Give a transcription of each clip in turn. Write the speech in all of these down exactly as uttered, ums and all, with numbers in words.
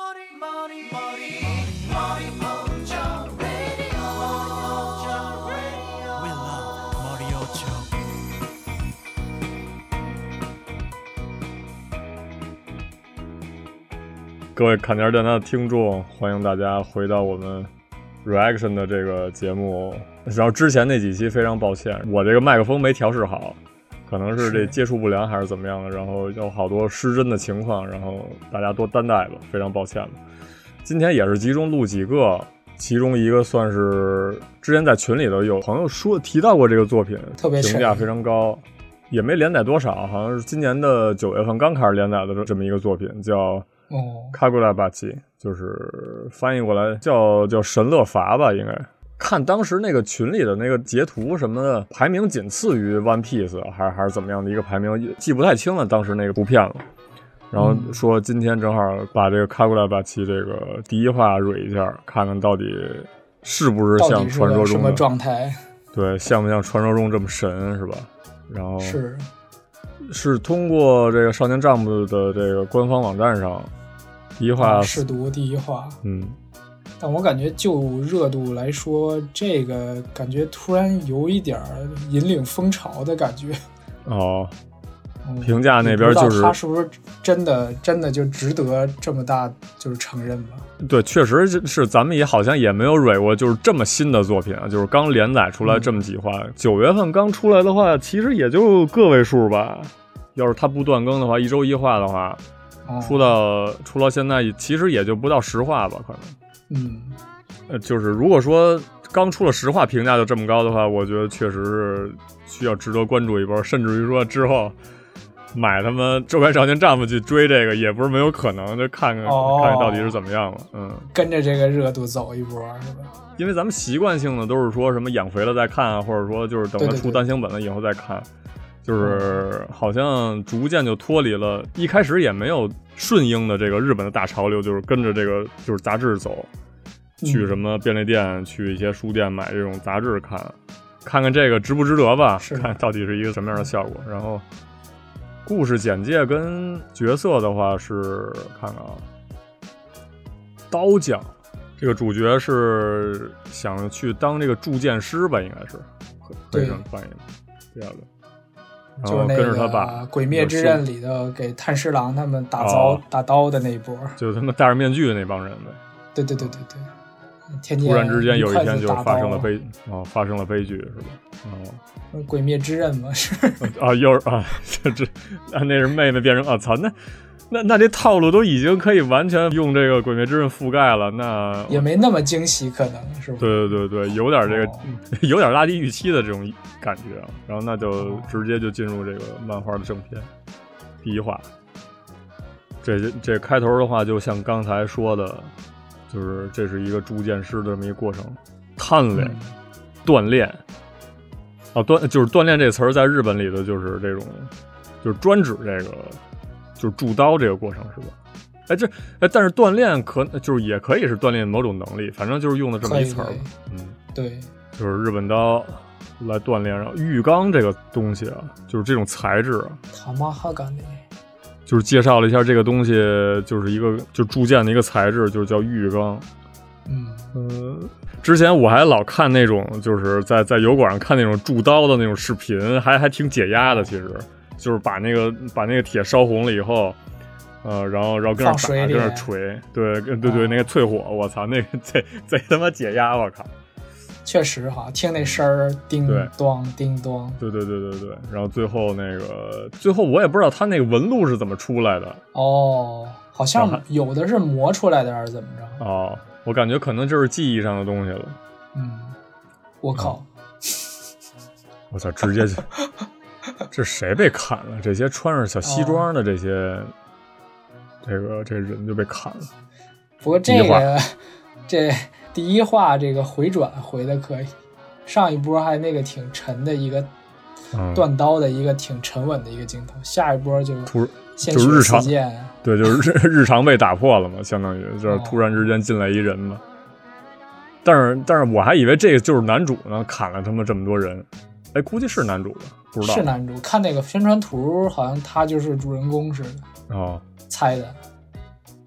各位侃点电台的听众，欢迎大家回到我们 reaction 的这个节目。然后之前那几期非常抱歉，我这个麦克风没调试好，可能是这接触不良还是怎么样的，然后有好多失真的情况，然后大家多担待吧，非常抱歉了。今天也是集中录几个，其中一个算是之前在群里头有朋友说提到过这个作品， 特别评价非常高，也没连载多少，好像是今年的九月份刚开始连载的这么一个作品，叫哦， 卡古拉巴奇，就是翻译过来叫叫神乐伐吧，应该。看当时那个群里的那个截图什么的，排名仅次于 One Piece 还是还是怎么样的一个排名，记不太清了当时那个图片了。然后说今天正好把这个卡古拉巴奇这个第一话蕊一下，看看到底是不是像传说中的什么状态？ 对，像不像传说中这么神，是吧？然后是是通过这个少年 Jump 的这个官方网站上。第一话试读第一话， 嗯， 但我感觉就热度来说，这个感觉突然有一点引领风潮的感觉。 哦，嗯、评价那边就是他是不是真的真的就值得这么大就是承认吧？ 对，确实是，咱们也好像也没有蕊过就是这么新的作品啊，就是刚连载出来这么几话，九、嗯、月份刚出来的话，其实也就个位数吧。要是他不断更的话，一周一话的话。出到出到现在，其实也就不到十话吧，可能。 嗯， 呃，就是如果说刚出了十话评价就这么高的话，我觉得确实是需要值得关注一波，甚至于说之后买他们周刊少年 Jump 去追这个也不是没有可能，就看看、哦、看看到底是怎么样了。嗯， 跟着这个热度走一波是吧？ 因为咱们习惯性的都是说什么养肥了再看啊，或者说就是等它出单行本了以后再看。对对对，就是好像逐渐就脱离了，一开始也没有顺应的这个日本的大潮流，就是跟着这个就是杂志走，去什么便利店、嗯、去一些书店买这种杂志看，看看这个值不值得吧，看到底是一个什么样的效果。然后故事简介跟角色的话是看看啊，刀匠这个主角是想去当这个铸剑师吧，应该是可以这么翻译这样的。 就是那个《鬼灭之刃》里的给炭治郎他们打刀、哦、打刀的那一波， 就他们戴着面具的那帮人呗。 对对对对对，天天突然之间有一天就发生了悲哦，发生了悲剧是吧？ 哦，《鬼灭之刃》嘛是啊，又是啊，这这啊，那是妹妹变成啊，操那。那那这套路都已经可以完全用这个《鬼灭之刃》覆盖了，那也没那么惊喜，可能是吧？ 对对对对，有点这个、哦、有点拉低预期的这种感觉，然后那就直接就进入这个漫画的正片。第一话，这这开头的话，就像刚才说的，就是这是一个铸剑师的这么一个过程，鍛炼、嗯、锻炼啊，锻就是锻炼这词儿在日本里的就是这种，就是专指这个。就是铸刀这个过程是吧？哎，这哎，但是锻炼可就是也可以是锻炼某种能力，反正就是用的这么一词儿吧。嗯， 对， 就是日本刀来锻炼。然后玉钢这个东西啊，就是这种材质啊， 塔玛哈干的， 就是介绍了一下这个东西，就是一个就铸剑的一个材质，就是叫玉钢。 嗯呃，之前我还老看那种就是在在油管上看那种铸刀的那种视频，还还挺解压的，其实。就是把那个把那个铁烧红了以后，呃，然后然后跟那打，跟那锤，对对对对，那个淬火，我操，那个贼贼他妈解压，我靠！ 确实哈，听那声儿，叮咚叮咚， 对对对对对，然后最后那个最后我也不知道他那个纹路是怎么出来的， 哦，好像有的是磨出来的还是怎么着？ 哦，我感觉可能就是记忆上的东西了。 嗯，我靠！ 我操，直接就。这谁被砍了？这些穿着小西装的这些，哦、这个这人就被砍了。 不过这个这第一话这个回转回的可以，上一波还那个挺沉的一个断刀的一个挺沉稳的一个镜头，嗯、下一波就先就是日常对，就是日日常被打破了嘛，相当于就是突然之间进来一人嘛。哦、但是但是我还以为这个就是男主呢，砍了他们这么多人。哎，估计是男主吧，不知道。 是男主，看那个宣传图，好像他就是主人公似的。 哦， 猜的。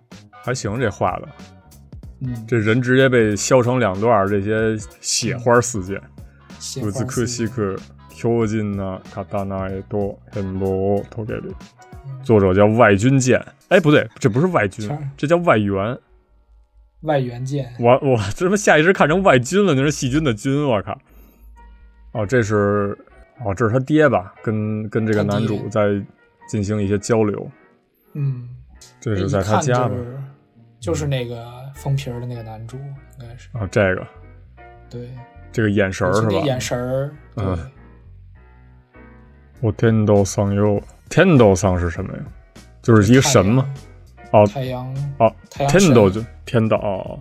还行，这画的， 嗯， 这人直接被削成两段，这些血花四溅。 血花四溅。 美しく強靭な刀へと変貌を遂げる。作者叫外军剑，哎，不对，这不是外军，这叫外援。 外援剑。 我我这他妈下意识看成外军了，那是细菌的菌，我靠。哦，这是哦，这是他爹吧？跟跟这个男主在进行一些交流。 嗯， 这是在他家吧？ 就是那个封皮的那个男主，应该是。 啊、哦，这个。 对。 这个眼神是吧？ 眼神儿。 嗯。我天道桑哟，天道桑是什么呀？就是一个神吗？哦， 太阳哦， 太阳天道就天道。哦。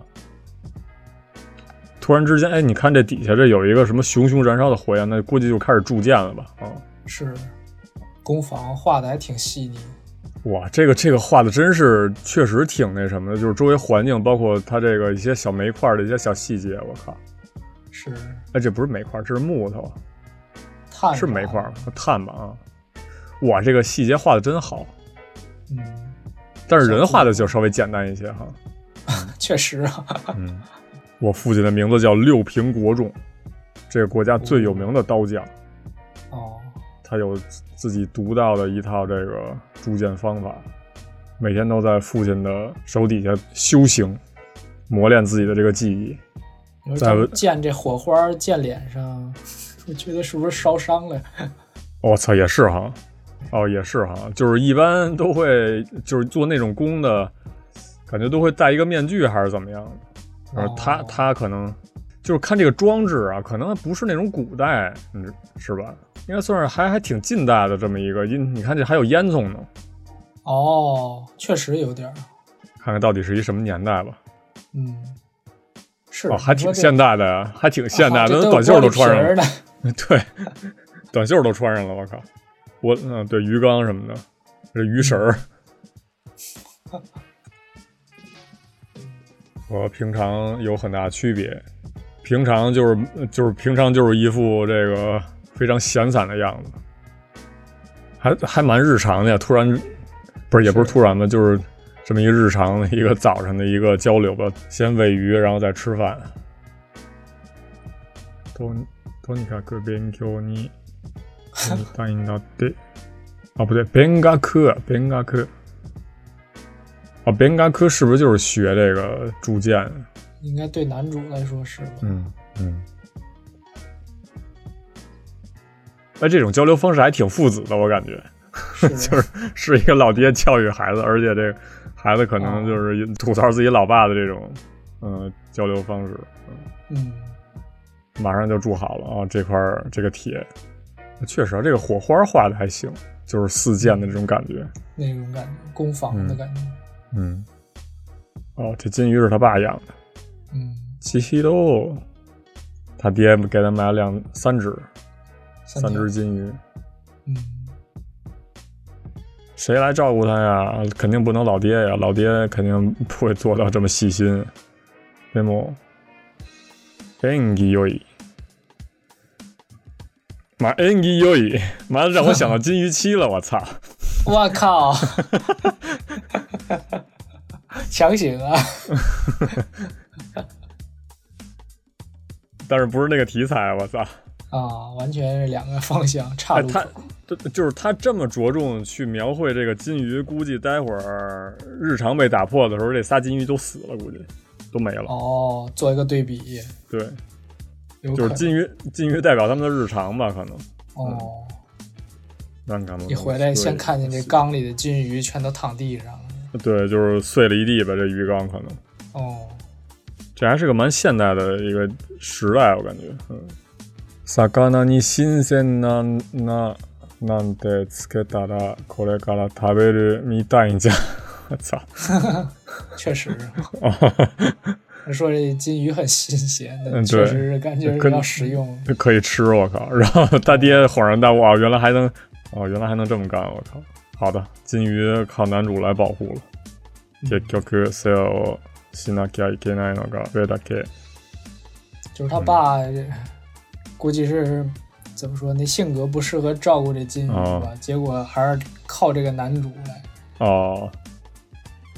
突然之间，哎，你看这底下这有一个什么熊熊燃烧的火焰，那估计就开始铸剑了吧？啊、哦， 是，攻防画的还挺细腻。 哇，这个这个画的真是确实挺那什么的，就是周围环境，包括它这个一些小煤块的一些小细节，我靠。 是。 哎，这不是煤块，这是木头。 碳是煤块，碳吧啊！哇，这个细节画的真好。 嗯。 但是人画的就稍微简单一些哈。 确实啊。 嗯。我父亲的名字叫六平国仲，这个国家最有名的刀匠。 哦。 他有自己独到的一套这个铸剑方法，每天都在父亲的手底下修行，磨练自己的这个技艺。 在溅这火花溅脸上，我觉得是不是烧伤了？ 我、哦、操，也是哈。哦，也是哈，就是一般都会就是做那种工的，感觉都会戴一个面具还是怎么样的。呃，他他可能就是看这个装置啊，可能不是那种古代，嗯，是吧？应该算是还还挺近代的这么一个，因你看这还有烟囱呢。 哦，确实有点。 看看到底是一什么年代吧。 嗯，是哦，还挺现代的呀，还挺现代的， 啊、 短袖都穿上了。对，短袖都穿上了，我靠！我嗯，对，鱼缸什么的，这鱼食儿。嗯和平常有很大区别，平常就是就是平常就是一副这个非常闲散的样子，还还蛮日常的呀。突然不是也不是突然吧，就是这么一个日常的一个早上的一个交流吧，先喂鱼，然后再吃饭。ととにかく勉強になりたいんだって。啊，不对，勉学勉学。啊，勉学是不是就是学这个铸剑？ 应该对男主来说是吧？ 嗯嗯。哎，这种交流方式还挺父子的，我感觉， 是就是是一个老爹教育孩子，而且这个孩子可能就是吐槽自己老爸的这种，嗯、呃，交流方式。 嗯， 马上就铸好了啊，这块这个铁，确实啊，这个火花画的还行，就是四溅的这种感觉， 那种感觉，攻防的感觉。 嗯嗯，哦，这金鱼是他爸养的。 嗯， 七夕豆，他爹给他买了两三只，三只金鱼。 嗯， 谁来照顾他呀？肯定不能老爹呀，老爹肯定不会做到这么细心。でも、演技良い。妈，演技良い，妈让我想到金鱼期了，我操！ 我靠！强行啊！ 但是不是那个题材，我操！ 啊，完全是两个方向，差路口。 哎、他就是他这么着重去描绘这个金鱼，估计待会儿日常被打破的时候，这仨金鱼都死了，估计都没了。 哦，做一个对比。 对，就是金鱼，金鱼代表他们的日常吧，可能。 哦。 嗯、 一回来先看见这缸里的金鱼全都躺地上了。 对，就是碎了一地吧，这鱼缸可能。 哦， 这还是个蛮现代的一个时代，我感觉。嗯。魚に新鮮なななんてつけたらこれから食べるみたいんじゃ。我操！ 确实。说这金鱼很新鲜的，确实是感觉要食用， 可以吃。我靠！然后他爹恍然大悟啊，原来还能哦，原来还能这么干！我靠！好的，金鱼靠男主来保护了。結局世話をしなきゃいけないのが上だけ。 就是他爸、嗯，估计是怎么说？那性格不适合照顾这金鱼吧？哦、结果还是靠这个男主来。 哦。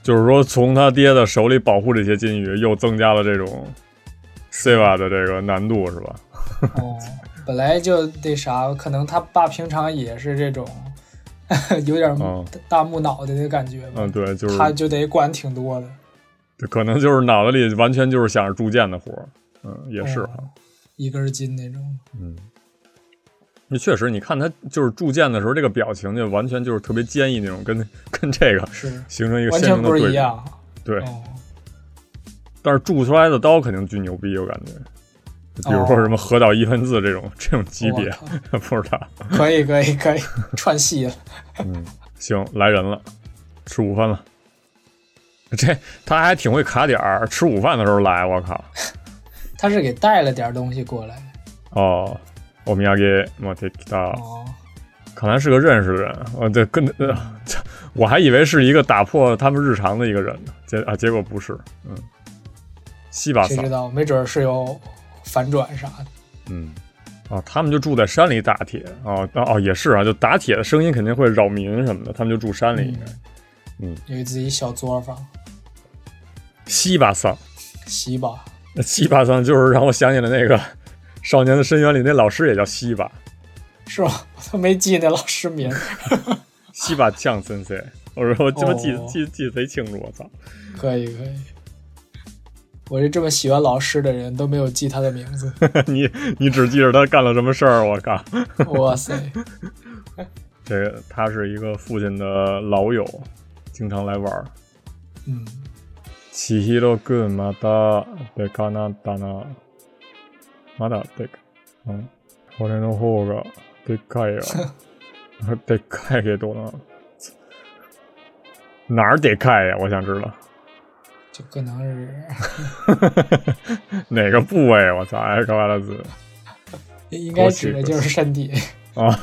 就是说从他爹的手里保护这些金鱼，又增加了这种 C 瓦的这个难度，是吧？ 哦，本来就那啥，可能他爸平常也是这种有点大木脑袋的感觉吧。 嗯，对，就是他就得管挺多的。 可能就是脑子里完全就是想着铸剑的活儿，嗯，也是哈、 哦，一根筋那种。 嗯，那确实，你看他就是铸剑的时候，这个表情就完全就是特别坚毅那种，跟跟这个是形成一个完全鲜明的对比。 不是一样。 对、 哦， 但是铸出来的刀肯定巨牛逼，我感觉。比如说什么河岛一分字这种、哦、这种级别，不知道。 可以可以可以，串戏了。 嗯，行，来人了，吃午饭了。这他还挺会卡点儿，吃午饭的时候来，我靠！ 他是给带了点东西过来的。 哦，お土産持ってきた。 哦， 看来是个认识的人。呃，对，跟呃，我还以为是一个打破他们日常的一个人呢，结啊，结果不是。嗯，西巴萨， 谁知道？没准是有反转啥的。 嗯，啊，他们就住在山里打铁。哦哦，也是啊，就打铁的声音肯定会扰民什么的，他们就住山里应该。嗯， 有自己小作坊。 西巴桑， 西巴， 那西巴桑就是让我想起了那个《少年的深渊》里那老师也叫西巴， 是吧？我都没记那老师名。 西巴呛森 C， 我说我这么记、 哦、 记记贼清楚，我操！ 可以可以，我是这么喜欢老师的人都没有记他的名字。 你你只记着他干了什么事儿，我靠！ 哇塞， 这个他是一个父亲的老友，经常来玩。 嗯。 千尋くんまたでかなったな。まだでか。うん。俺の方がでかいよ。でかいけどな。哪儿得开呀？我想知道。 就可能是哪个部位？我操！哎，高瓦拉兹。 应该指的就是身体啊。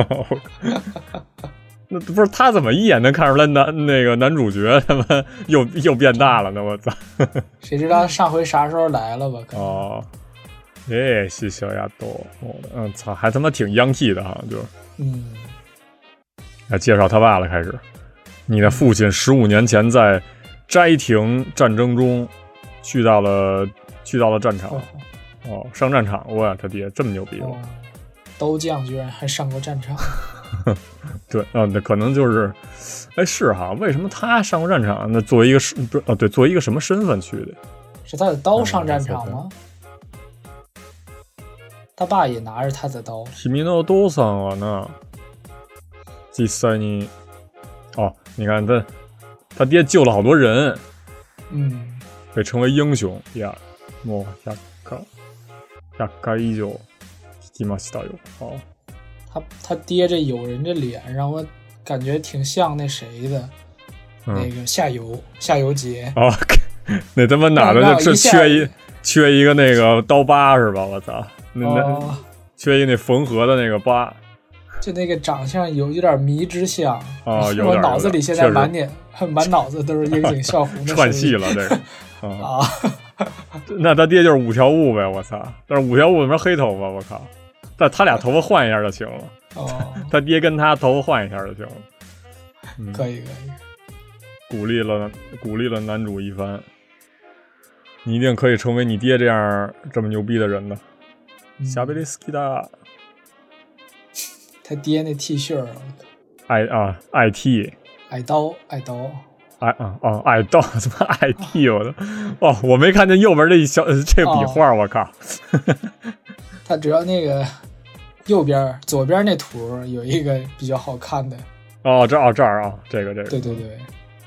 那不是他怎么一眼能看出来男那个男主角他妈又又变大了呢？我操！ 谁知道上回啥时候来了吧？ 哦，哎，是小丫头，嗯，操，还他妈挺洋气的哈，就嗯， 来介绍他爸了，开始。你的父亲十五年前在斋庭战争中去到了去到了战场，哦，哦上战场，哇，他爹这么牛逼！哦， 刀匠居然还上过战场。 对，啊，那可能就是，哎，是哈，为什么他上过战场？那作为一个不是，哦，对，作为一个什么身份去的？ 是他的刀上战场吗？嗯、他爸也拿着他的刀。 君のお父さんはな、実際に，哦，你看他，他爹救了好多人， 嗯， 被称为英雄呀。もう百回百回以上聞きましたよ。哦。 他他爹这友人这脸让我感觉挺像那谁的，嗯、那个夏油夏油杰哦，那他妈哪的就缺一缺一个那个刀疤是吧？我操，那、哦、那缺一那缝合的那个疤， 就那个长相有有点迷之像哦，有点我脑子里现在满脸满脑子都是樱井孝宏的串戏了这个啊， 那他爹就是五条悟呗，我操！但是五条悟怎么黑头发？我靠！但他俩头发换一下就行了。 哦， 他爹跟他头发换一下就行了。 嗯、可以可以， 鼓励了鼓励了男主一番。你一定可以成为你爹这样这么牛逼的人的。夏贝利斯基达， 他爹那 T 恤啊， 爱啊爱 T， 爱刀爱刀， 爱啊啊爱刀怎么爱 T 我的哦，我没看见右边这一小这个笔画，我靠。 他主要那个右边左边那图有一个比较好看的哦，这哦这儿啊，这个这个， 对对对。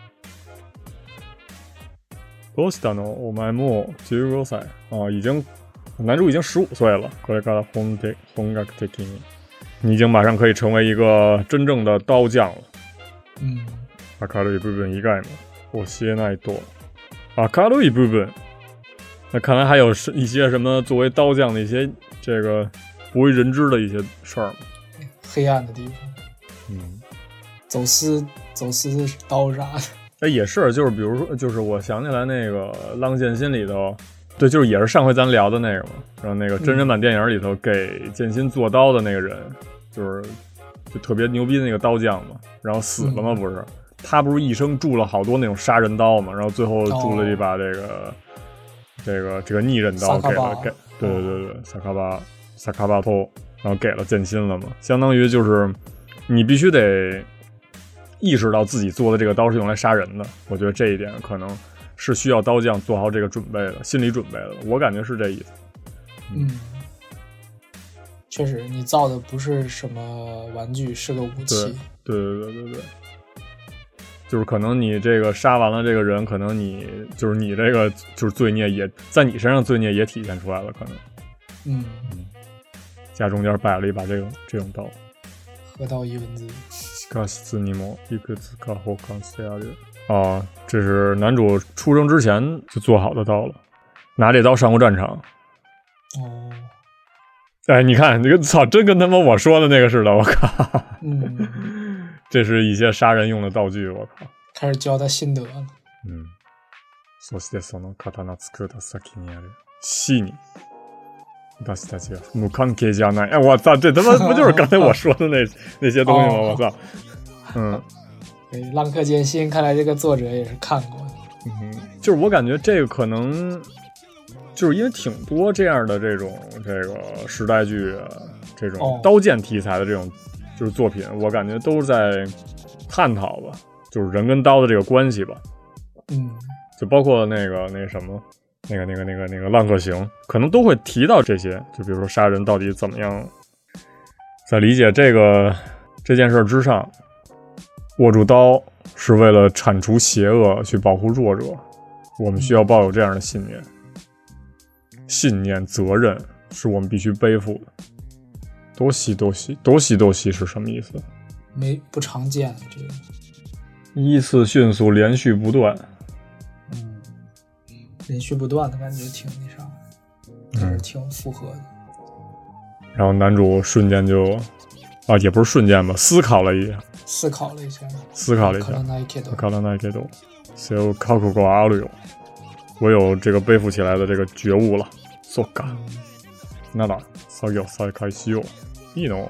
どうしたの？お前もう十五歳啊，已经男主已经十五岁了。これから本的本格的に，你已经马上可以成為一個真正的刀匠了。 嗯。 明るい部分以外も教えないと。明るい部分，那看来还有一些什么作为刀匠的一些这个不为人知的一些事儿。 黑暗的地方。 嗯。 走私走私刀啥的。 哎，也是，就是比如说，就是我想起来那个《浪剑心》里头，对，就是也是上回咱聊的那个嘛，然后那个真人版电影里头给剑心做刀的那个人，嗯、就是就特别牛逼的那个刀匠嘛，然后死了嘛，不是？ 他不是一生铸了好多那种杀人刀嘛，然后最后铸了一把这个、哦、这个这个逆刃刀给了给，对对对对，萨卡巴萨卡巴托，然后给了剑心了嘛，相当于就是你必须得意识到自己做的这个刀是用来杀人的，我觉得这一点可能是需要刀匠做好这个准备的，心理准备的，我感觉是这意思。 嗯，确实，你造的不是什么玩具，是个武器。 对对对对对对，就是可能你这个杀完了这个人，可能你就是你这个就是罪孽也在你身上，罪孽也体现出来了，可能。 嗯嗯，家中间摆了一把这种这种刀。 河道一文字。 画室にもいくつか保管してある。哦，这是男主出生之前就做好的刀了，拿这刀上过战场。 哦， 哎，你看这个操，真跟他妈我说的那个似的，我靠！ 嗯， 这是一些杀人用的道具，我靠！ 开始教他心得了。 嗯，そしてその刀作った先にある死に私たちは無関係じゃない。哎，我操，这他妈不就是刚才我说的那那些东西吗？我操！嗯， 对，《浪客剑心》看来这个作者也是看过的。 嗯，就是我感觉这个可能就是因为挺多这样的这种这个时代剧、啊，这种刀剑题材的这种就是作品，我感觉都是在探讨吧，就是人跟刀的这个关系吧。 嗯， 就包括那个那个什么。那个、那个、那个、那个《浪客行》可能都会提到这些，就比如说杀人到底怎么样，在理解这个这件事之上，握住刀是为了铲除邪恶，去保护弱者。我们需要抱有这样的信念，信念、责任是我们必须背负的。多西多西多西多西是什么意思？ 没不常见这个。 依次迅速，连续不断。 连续不断的感觉挺那啥，还是挺符合的、 嗯。然后男主瞬间就，啊，也不是瞬间吧，思考了一下， 思考了一下， 思考了一下。卡拉奈克多，所以考古过阿鲁有，我有这个背负起来的这个觉悟了。そうか。那ら作業再開しよう。いいの？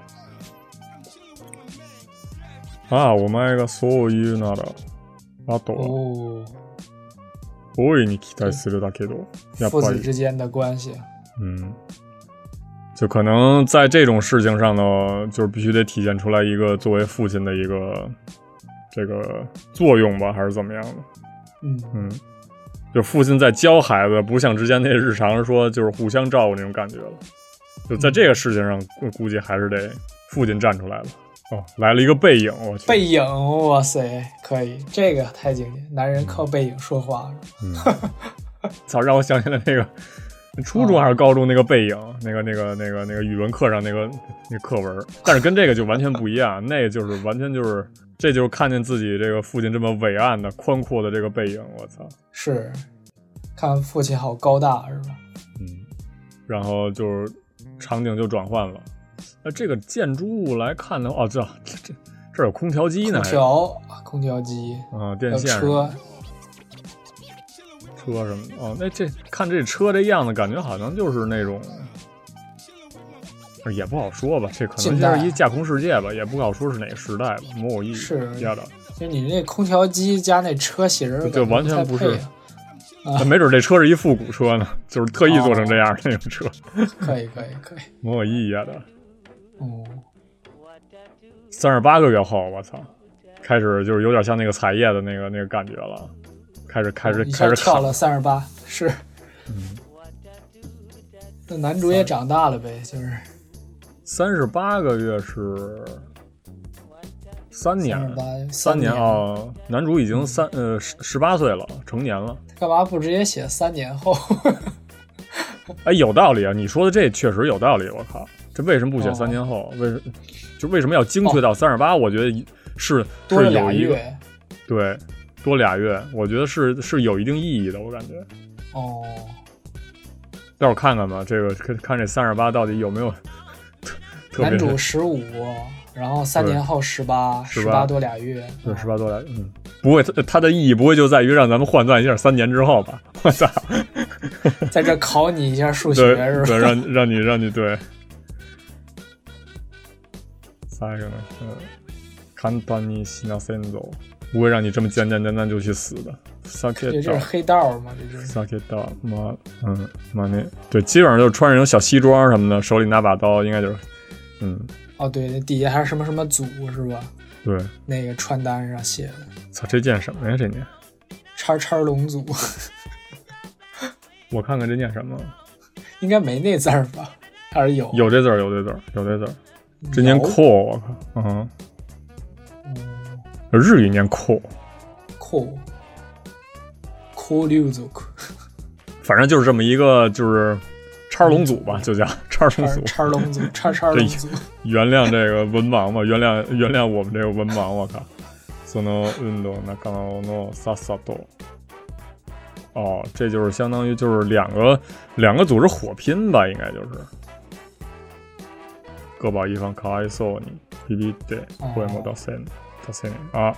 ああ、お前がそう言うなら、あとは。 哦。 大いに期待するだけど， 父子之间的关系， 嗯，就可能在这种事情上呢，就是必须得体现出来一个作为父亲的一个这个作用吧，还是怎么样的？ 嗯嗯，就父亲在教孩子，不像之前那日常说就是互相照顾那种感觉了。就在这个事情上，我估计还是得父亲站出来了。哦，来了一个背影，我去！ 背影，哇塞，可以，这个太经典，男人靠背影说话了。 嗯，操，让我想起来那个初中还是高中那个背影，哦、那个那个那个那个语文课上那个那个课文，但是跟这个就完全不一样，那个就是完全就是，这就是看见自己这个父亲这么伟岸的、宽阔的这个背影，我操！ 是，看父亲好高大，是吧？ 嗯，然后就是场景就转换了。那这个建筑物来看的话，哦，这这这这有空调机呢， 空调空调机啊，电线车车什么的哦。那这看这车这样子，感觉好像就是那种，也不好说吧，这可能就是一架空世界吧，也不好说是哪个时代吧，模偶艺是压的。 就你那空调机加那车型， 就完全不是。 啊、 没准这车是一复古车呢，就是特意做成这样的那种车。 哦、可以可以可以， 模偶艺压的。 哦， 三十八个月后，我操，开始就是有点像那个彩叶的那个那个感觉了，开始开始、哦、开始跳了三十八，是， 嗯， 那男主也长大了呗，就是三十八个月是三年， 三年啊、哦，男主已经三呃十十八岁了，成年了， 干嘛不直接写三年后？ 哎，有道理啊，你说的这确实有道理，我靠。这为什么不写三年后？哦、为什就为什么要精确到三十八？我觉得是多是有一个对多俩月，我觉得是是有一定意义的，我感觉。 哦， 待会儿看看吧，这个看看这三十八到底有没有特男主十五，然后三年后十八，十八多俩月， 对，十八多俩月，嗯，不会，它它的意义不会就在于让咱们换算一下三年之后吧？我操， 在这考你一下数学是吧？ 对，让让你让你对。最後の簡単にしなせんぞ。 不会让你这么简简单单就去死的。 这就是黑道嘛，这就是。 萨克道嘛，嗯，嘛那对，基本上就是穿着那种小西装什么的，手里拿把刀，应该就是，嗯。 哦，对，底下还是什么什么组是吧？ 对， 那个传单上写的。 操，这念什么呀？这念？ 叉叉龙族。 我看看这念什么？ 应该没那字儿吧？还是有？ 有这字儿，有这字儿，有这字儿。这念 cool， 我靠，嗯。嗯，日语念 cool。cool 六族。 反正就是这么一个，就是叉龙组吧，就叫叉龙组。 叉龙组，叉叉龙组。 原谅这个文盲吧，原谅原谅我们这个文盲，我靠。その運動仲間のさっさと。哦，这就是相当于就是两个两个组织火拼吧，应该就是。各保一方かわいそうにビビって声も出せん出せん啊。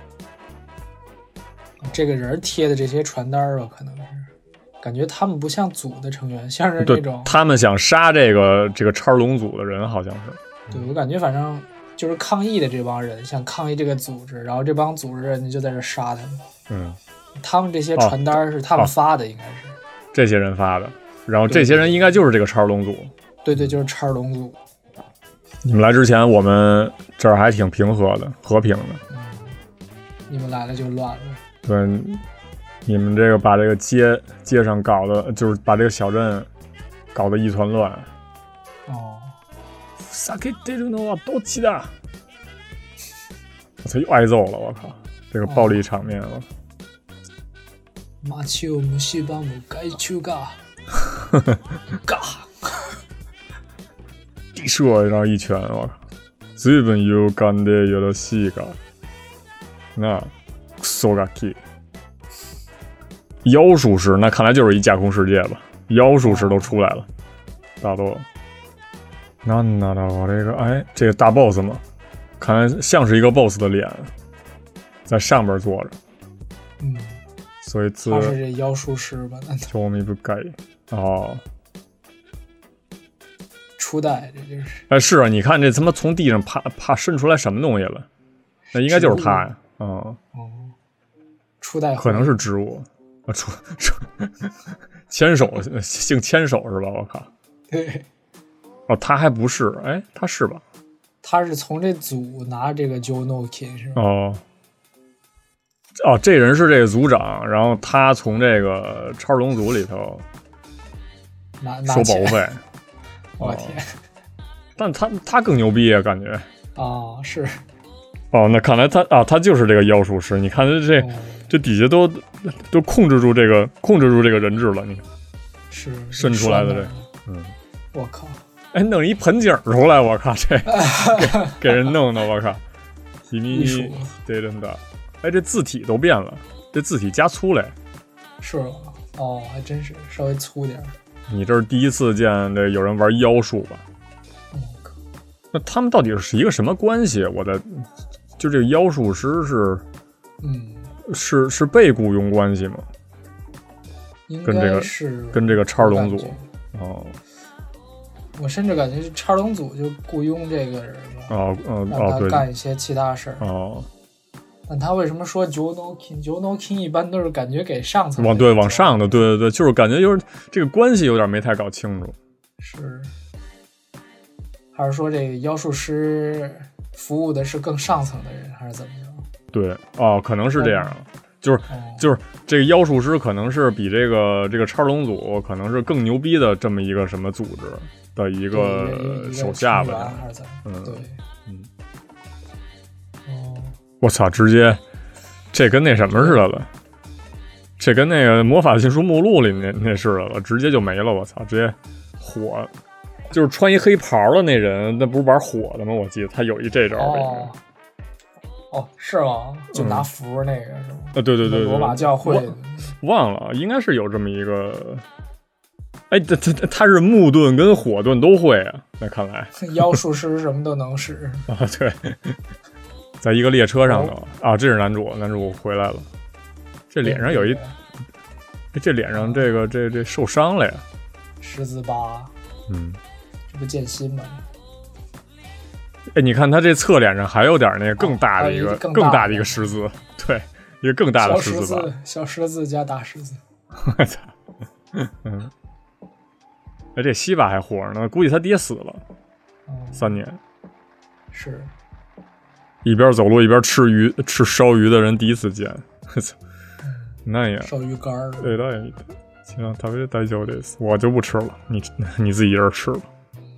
这个人贴的这些传单吧，可能是感觉他们不像组的成员，像是那种他们想杀这个这个叉龙组的人，好像是。 对，我感觉反正就是抗议的这帮人想抗议这个组织，然后这帮组织人就在这杀他们。 嗯， 他们这些传单是他们发的，应该是、哦哦、 这些人发的，然后这些人应该就是这个叉龙组。 对对，就是叉龙组。 你们来之前，我们这儿还挺平和的，和平的。 嗯，你们来了就乱了。 对，你们这个把这个街街上搞的，就是把这个小镇搞得一团乱。 哦。 避けてるのはどっちだ？我操，又挨揍了！我靠，这个暴力场面了。 马丘姆西巴姆该去嘎嘎。 地射然后一拳，我靠！随分勇敢でよろしいが、那クソガキ。妖术师，那看来就是一架空世界吧？妖术师都出来了，大多。なんなら我这个，哎，这个大 boss 嘛，看来像是一个 boss 的脸，在上边坐着。 嗯， 所以他是这妖术师吧？那興味深い。哦。 初代这就是， 哎，是啊，你看这他妈从地上爬爬伸出来什么东西了？那应该就是他呀，嗯，哦， 初代可能是植物啊，初牵手姓牵手是吧？我靠， 对， 哦，他还不是，哎，他是吧？ 他是从这组拿这个 Jonokin 是吧？ 哦，哦，这人是这个组长，然后他从这个超龙组里头拿收保护费。 我天！ 但他他更牛逼啊，感觉。 哦，是。 哦，那看来他啊，他就是这个妖术师。你看他这、哦、这底下都都控制住这个控制住这个人质了，你看。 是。 伸出来的这，嗯。 我靠！ 哎，弄一盆景出来，我靠，这给, 给人弄的，我靠。 艺术。 对，真的。哎，这字体都变了，这字体加粗了。 是吗？哦，还真是稍微粗点。 你这是第一次见这有人玩妖术吧？ 嗯、 那他们到底是一个什么关系？我的，就这个妖术师是， 嗯， 是是被雇佣关系吗？ 应跟这个是跟这个叉龙组哦。 我甚至感觉是叉龙组就雇佣这个人吧， 哦哦让他干一些其他事儿哦。 但他为什么说 Jonokin Jonokin 一般都是感觉给上层往对往上的，对对对，就是感觉就是这个关系有点没太搞清楚。 是，还是说这个妖术师服务的是更上层的人，还是怎么着？ 对，哦，可能是这样啊，嗯、就是、哦、就是这个妖术师可能是比这个这个叉龙组可能是更牛逼的这么一个什么组织的一个手下吧， 还是怎么？ 嗯， 对， 嗯。 哦。 我操！直接，这跟那什么似的了，这跟那个魔法禁书目录里那那似的了，直接就没了。我操！直接火，就是穿一黑袍的那人，那不是玩火的吗？我记得他有一这招。 哦，哦，是吗？就拿符那个、嗯、是吗？ 啊，对对对对， 罗马教会忘了，应该是有这么一个。哎，他他他是木盾跟火盾都会啊，那看来妖术师什么都能使啊，对。在一个列车上头、哦、啊，这是男主，男主回来了，这脸上有一，这脸上这个这这受伤了呀， 十字疤， 嗯， 这不剑心吗？ 哎，你看他这侧脸上还有点那个更大的一个、 哦、更, 更大的一个十字，对，一个更大的十字吧， 小十字加大十字。 我操，嗯，哎，这西巴还活着呢，估计他爹死了， 嗯、 三年， 是， 一边走路一边吃鱼吃烧鱼的人第一次见，我操，那也烧鱼干儿， 对对，行，特别带酒的，我就不吃了，你你自己一人吃吧。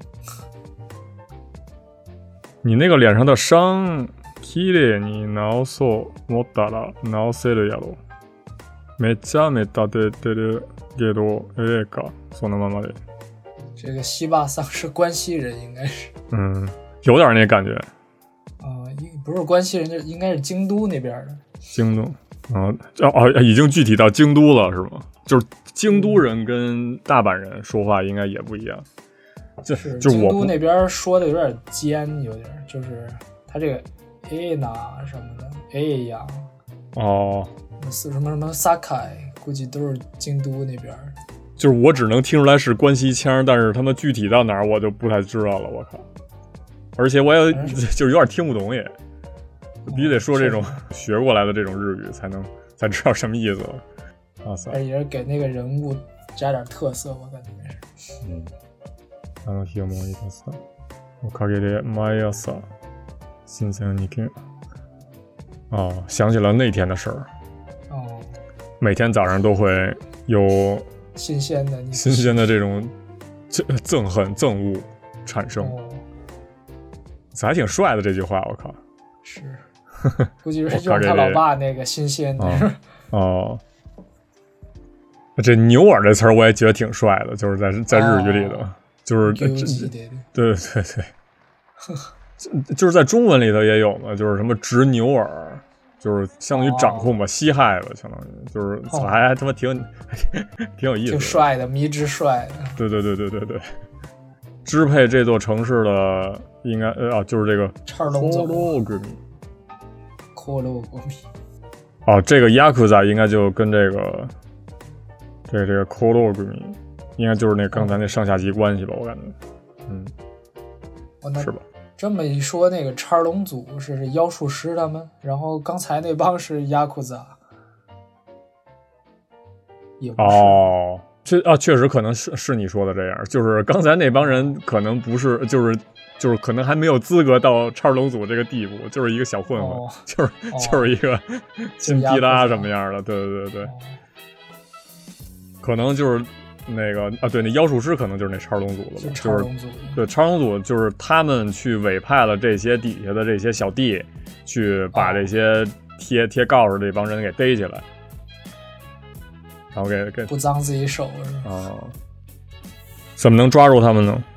你那个脸上的伤，綺麗に直そう思ったら直せるやろ。めちゃめちゃ出てるけど、ええか、そのままで。 这个西巴桑是关西人，应该是。 嗯，有点那感觉。 啊、呃，不是关西人，就应该是京都那边的。 京都，啊哦哦，已经具体到京都了，是吗？就是京都人跟大阪人说话应该也不一样。 就是就京都那边说的有点尖，有点就是他这个 a 呐什么的 a 呀， 哦， 什么什么 sakai， 估计都是京都那边。 就是我只能听出来是关西腔，但是他们具体到哪儿我就不太知道了。我靠！而且我也就是有点听不懂也，必须得说这种学过来的这种日语才能才知道什么意思了。哇塞！ 也是给那个人物加点特色，我感觉是。 嗯。あの日思い出したおかげで毎朝新鮮に見哦，想起了那天的事儿。 哦， 每天早上都会有新鲜的新鲜的这种憎恨憎恶产生。 哦， 这还挺帅的这句话，我靠。 是，估计是用他老爸那个新鲜的。 哦。哦，这牛耳这词儿我也觉得挺帅的，就是在在日语里的。哦，就是对对对对，就是在中文里头也有嘛，就是什么执牛耳，就是相当于掌控吧，稀罕吧，相当于就是还还他妈挺挺有意思的， 挺帅的，迷之帅的。 对对对对对对，支配这座城市的应该呃啊就是这个叉龙总。 科罗国米。哦，这个ヤクザ应该就跟这个这个这个科罗国米。应该就是那刚才那上下级关系吧，我感觉，嗯，是吧？ 这么一说，那个叉龙组是妖术师他们，然后刚才那帮是ヤクザ，也不是。 哦，这啊，确实可能是是你说的这样，就是刚才那帮人可能不是，就是就是可能还没有资格到叉龙组这个地步，就是一个小混混， 哦、 就是、哦、就是一个金皮拉什么样的，对对对对，哦、可能就是。那个啊，对，那妖术师可能就是那叉龙组的吧，就是对叉龙组，就是他们去委派了这些底下的这些小弟，去把这些贴、哦、贴告示这帮人给逮起来，然后给给不脏自己手是吧？ 哦，怎么能抓住他们呢？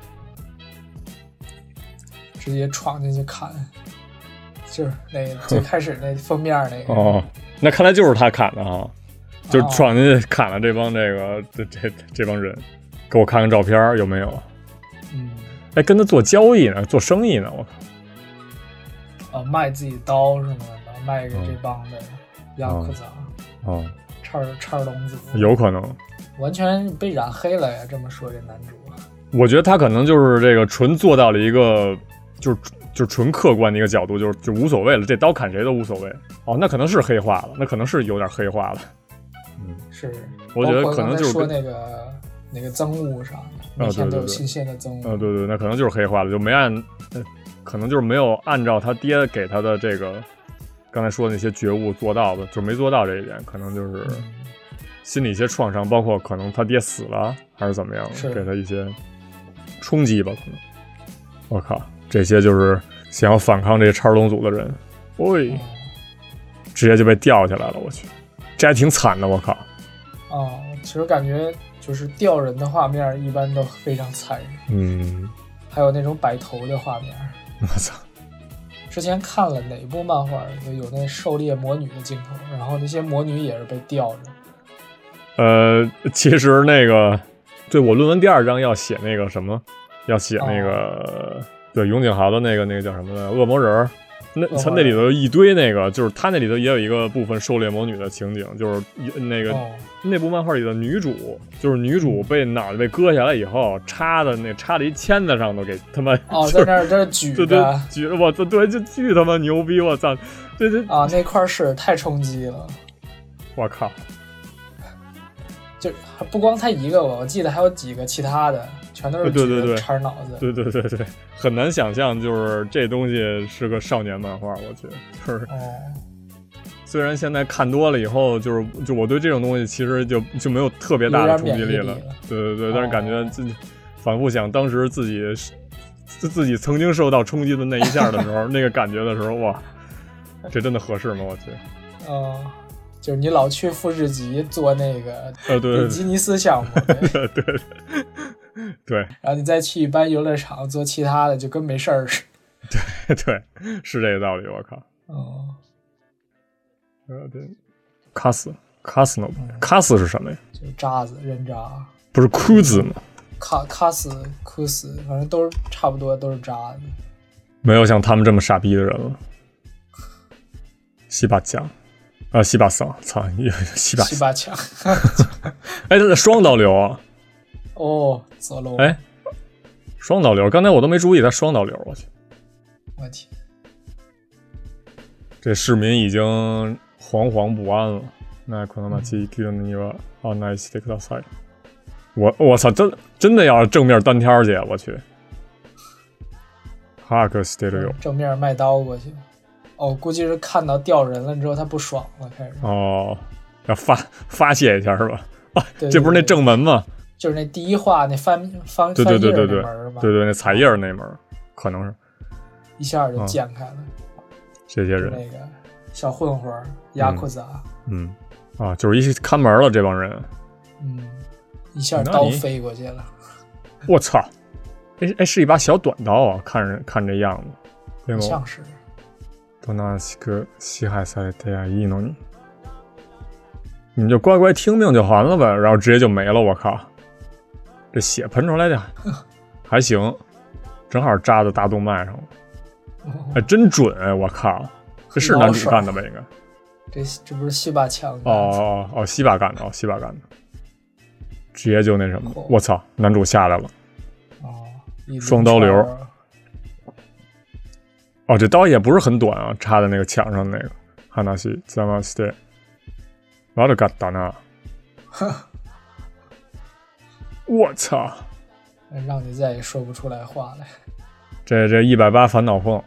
直接闯进去砍，就是那最开始那封面那个哦，那看来就是他砍的哈。就闯进去砍了这帮这个这这这帮人，给我看看照片有没有？ 嗯， 哎，跟他做交易呢，做生意呢，我靠！啊，卖自己刀是吗？然后卖给这帮的ヤクザ， 哦， 叉叉龙组， 有可能完全被染黑了呀！这么说，这男主， 我觉得他可能就是这个纯做到了一个，就是就是纯客观的一个角度，就是就无所谓了，这刀砍谁都无所谓。哦，那可能是黑化了，那可能是有点黑化了。嗯， 是， 我觉得可能就是说那个那个憎恶上，每天都有新鲜的憎恶。 啊，对 对, 对, 对, 对, 对，那可能就是黑化了，就没按，可能就是没有按照他爹给他的这个刚才说的那些觉悟做到的，就没做到这一点，可能就是心里一些创伤，包括可能他爹死了还是怎么样，给他一些冲击吧，可能。我靠，这些就是想要反抗这些叉龙组的人，喂、哎，直接就被吊起来了，我去。这还挺惨的，我靠！ 哦，其实感觉就是吊人的画面一般都非常残忍， 嗯， 还有那种摆头的画面。 我操！ 之前看了哪部漫画就有那狩猎魔女的镜头，然后那些魔女也是被吊着。 呃，其实那个，对我论文第二章要写那个什么，要写那个、哦、对永井豪的那个那个叫什么的恶魔人， 那他那里头一堆那个，就是他那里头也有一个部分狩猎魔女的情景，就是那个、哦、那部漫画里的女主，就是女主被脑袋被割下来以后，插的那插的一签子上都给他妈哦，在那儿这举对对举，我操，对，就巨他妈牛逼，我操，对对啊，那块是太冲击了， 我靠， 就不光他一个，我记得还有几个其他的。全都是对对对插脑子， 对对对对，很难想象，就是这东西是个少年漫画，我觉得就是。 哦。 虽然现在看多了以后，就是就我对这种东西其实就就没有特别大的冲击力了，对对对，但是感觉自己反复想当时自己自己曾经受到冲击的那一下的时候，那个感觉的时候，哇，这真的合适吗？我觉得。 哦。就是你老去富士急做那个呃对比基尼斯项目， 对对对， 然后你再去一般游乐场做其他的，就跟没事儿似的。对对，是这个道理。我靠。 哦。 呃对，卡斯卡斯诺卡斯是什么呀？ 就是渣子人渣。 不是库子吗？ 卡卡斯库斯，反正都是差不多，都是渣子。 没有像他们这么傻逼的人了。西巴强。啊，西巴桑，操，西巴西巴强， 哎，这是双导流啊！ 哦，左龙， 哎，双导流，刚才我都没注意他双导流，我去， 我天， 这市民已经惶惶不安了。那可能把这一句你吧，啊，那西得给他塞。我我操，真真的要正面单挑去，我去，哈克斯特流， 正面卖刀过去。哦，估计是看到吊人了之后他不爽了，开始哦，要发发泄一下是吧？啊， 对对对， 这不是那正门吗？ 就是那第一话那翻翻对对对对对翻对对，那彩页那门可能是一下就剪开了。 这些人那个小混混雅库扎， 嗯，嗯啊，就是一看门了这帮人， 嗯，一下刀飞过去了。 我操！哎哎，是一把小短刀啊，看着看这样子， 像是。 多纳西克西海塞德亚伊诺尼，你们就乖乖听命就完了呗，然后直接就没了。我靠，这血喷出来的还行，正好扎在大动脉上了，还真准哎！我靠，这是男主干的吧？应该这这不是西巴枪哦哦哦，西巴干的哦，西巴干的，直接就那什么，我操，男主下来了， 哦， 双刀流。哦，这刀也不是很短啊，插在那个墙上那个。哈纳西ザマステ、悪かったな。我操！ 让你再也说不出来话来。 这这一百八烦恼凤，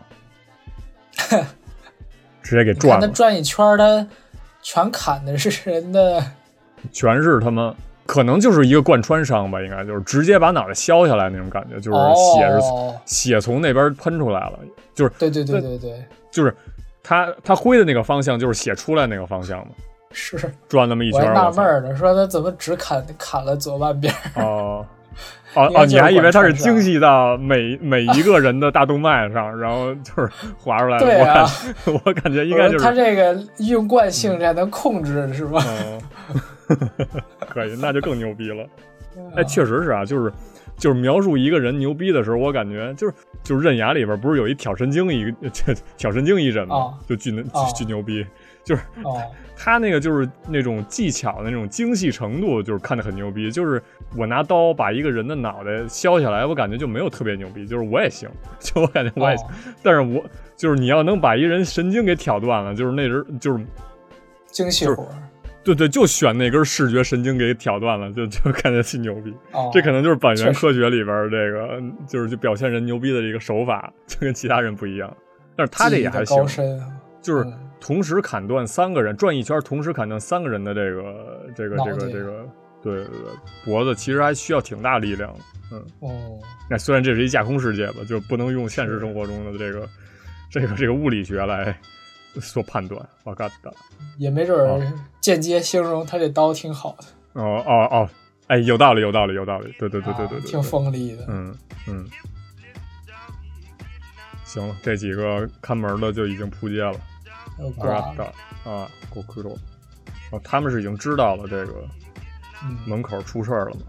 直接给转了。 他转一圈，他全砍的是人的， 全是他妈。可能就是一个贯穿伤吧，应该就是直接把脑袋削下来那种感觉，就是血是、哦、血从那边喷出来了，就是对对对对对， 就是他他挥的那个方向就是血出来那个方向嘛， 是转那么一圈。 我纳闷呢，说他怎么只砍砍了左半边？ 哦哦哦，你还以为他是精细到每每一个人的大动脉上，然后就是划出来？ 对啊， 我感, 我感觉应该就是他这个用惯性才能控制，是吧？ 哦可以，那就更牛逼了。哎，确实是啊，就是就是描述一个人牛逼的时候，我感觉就是就是刃牙里边不是有一挑神经一个挑神经一人吗？ 哦、 就巨巨巨牛逼，就是、 哦、 他那个就是那种技巧那种精细程度，就是看得很牛逼。就是我拿刀把一个人的脑袋削下来，我感觉就没有特别牛逼，就是我也行，就我感觉我也行，哦、但是我就是你要能把一人神经给挑断了，就是那人就是精细活。就是对对，就选那根视觉神经给挑断了，就就感觉挺牛逼。 哦、 这可能就是板垣科学里边这个，就是就表现人牛逼的一个手法，就跟其他人不一样。但是他这也还行，就是同时砍断三个人，转一圈，同时砍断三个人的这个这个这个这个，对对对，脖子其实还需要挺大力量。嗯哦， 那虽然这是一架空世界吧，就不能用现实生活中的这个这个这个物理学来做判断。我嘎达也没准间接形容他这刀挺好的。 哦哦哦，哎，有道理，有道理，有道理。对对对对对 对, 对, 对， 挺锋利的。 嗯嗯。行了，这几个看门的就已经扑街了。 挂了啊，够亏了。哦，他们是已经知道了这个门口出事了吗？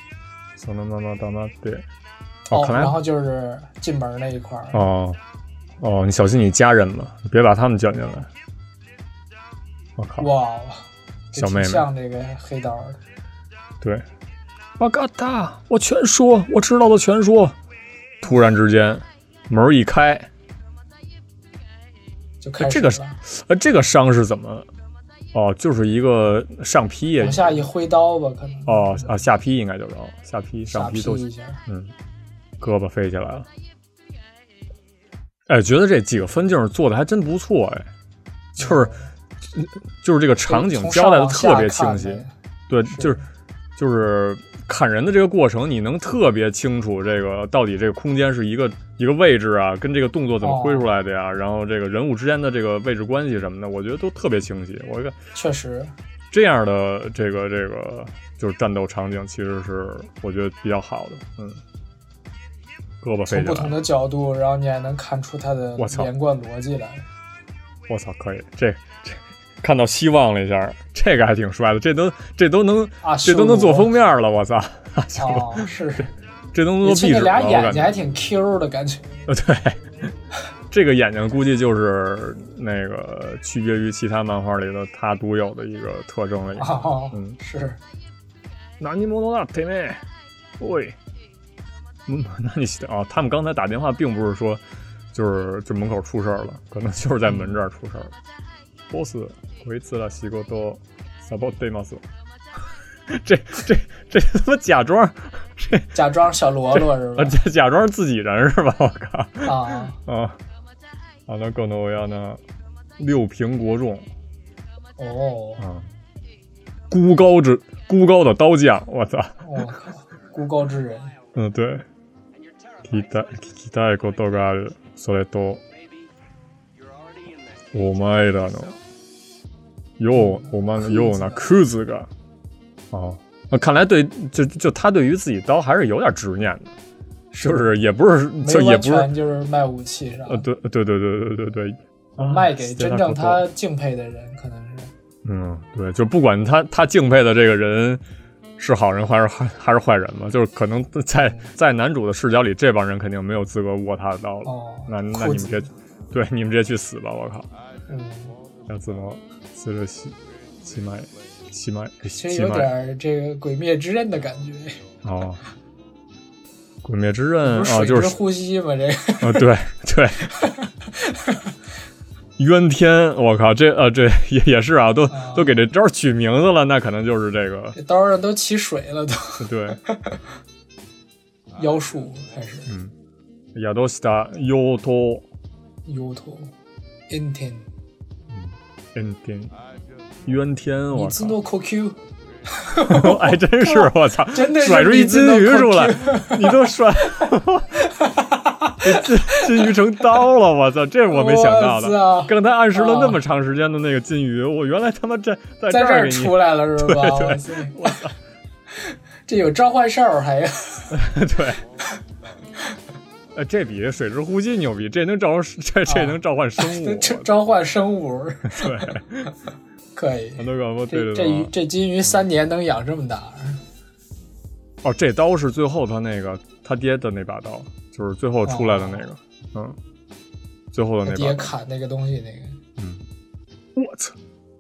そのまま黙って。 哦，然后就是进门那一块儿。 哦， 哦，你小心你家人嘛，你别把他们卷进来。我靠！ 哇， 小妹妹像这个黑道的。 对，我嘎达，我全说，我知道的全说。突然之间，门一开， 就开始这个呃，这个伤是怎么？哦，就是一个上劈， 往下一挥刀吧，可能。 哦啊，下劈应该就是哦，下劈、上劈都一下， 嗯，胳膊飞起来了。哎，觉得这几个分镜做的还真不错，哎，就是、嗯、就是这个场景交代的特别清晰，对，就是就是看人的这个过程，你能特别清楚这个到底这个空间是一个一个位置啊，跟这个动作怎么挥出来的呀，哦、然后这个人物之间的这个位置关系什么的，我觉得都特别清晰。我看确实这样的这个这个就是战斗场景，其实是我觉得比较好的，嗯。胳膊飞起来， 从不同的角度，然后你还能看出它的连贯逻辑来。 我操，可以，这这看到希望了一下，这个还挺帅的，这都这都能、 啊、 这都能做封面了，我操！ 哦，是这这都能做壁纸了。 这俩眼睛还挺 Q 的感觉。 呃，对，这个眼睛估计就是那个区别于其他漫画里的它独有的一个特征了。 哦， 嗯， 是。 何者だてめえ？喂。嗯，那你哦，他们刚才打电话并不是说，就是这门口出事儿了，可能就是在门这儿出事儿了。boss， こいつら仕事サボってます。这这这他妈假装，这假装小罗罗是吧？ 假假装自己人是吧？我靠！ 啊啊！啊，那更多要呢，六平国众。 哦。 啊，孤高之孤高的刀匠，我操！ 我靠，孤高之人。 嗯，对。聞きたい、聞きたいことがある。それと、お前らのよう、お前のようなクズが。哦，看来对，就就他对于自己刀还是有点执念的，就是也不是，就也不是， 就是卖武器上。 呃，对对对对对对对， 卖给真正他敬佩的人，可能是。 嗯，对，就不管他他敬佩的这个人。是好人还是还是坏人嘛？就是可能在在男主的视角里，这帮人肯定没有资格握他的刀了。 哦， 那那你们直接，对，你们直接去死吧！我靠。 嗯。 像怎么死了西西麦西麦， 其实有点这个《鬼灭之刃》的感觉。 哦。鬼灭之刃啊，就是呼吸嘛，这个。 啊，对对。渊天，我靠，这呃，这也也是啊，都、啊、都给这招取名字了，那可能就是这个。 这刀上都起水了都。 对。 妖术开始。 嗯。宿した妖刀。 妖刀。炎天。 嗯。炎天。渊天，我操。 水の呼吸。 哎，真是我操！ 真的甩出一金鱼出来，你都甩。这金鱼成刀了，我操！这我没想到的。刚才暗示了那么长时间的那个金鱼，我原来他妈在在这儿出来了是吧？ 对对，我操！ 这有召唤兽还有。 对。呃，这比水之呼吸牛逼，这能召这这能召唤生物， 召唤生物。 对。 可以， 这这鱼这金鱼三年能养这么大？ 哦，这刀是最后他那个他爹的那把刀，就是最后出来的那个，哦、嗯，最后的那把。 爹砍那个东西那个， 嗯，我操，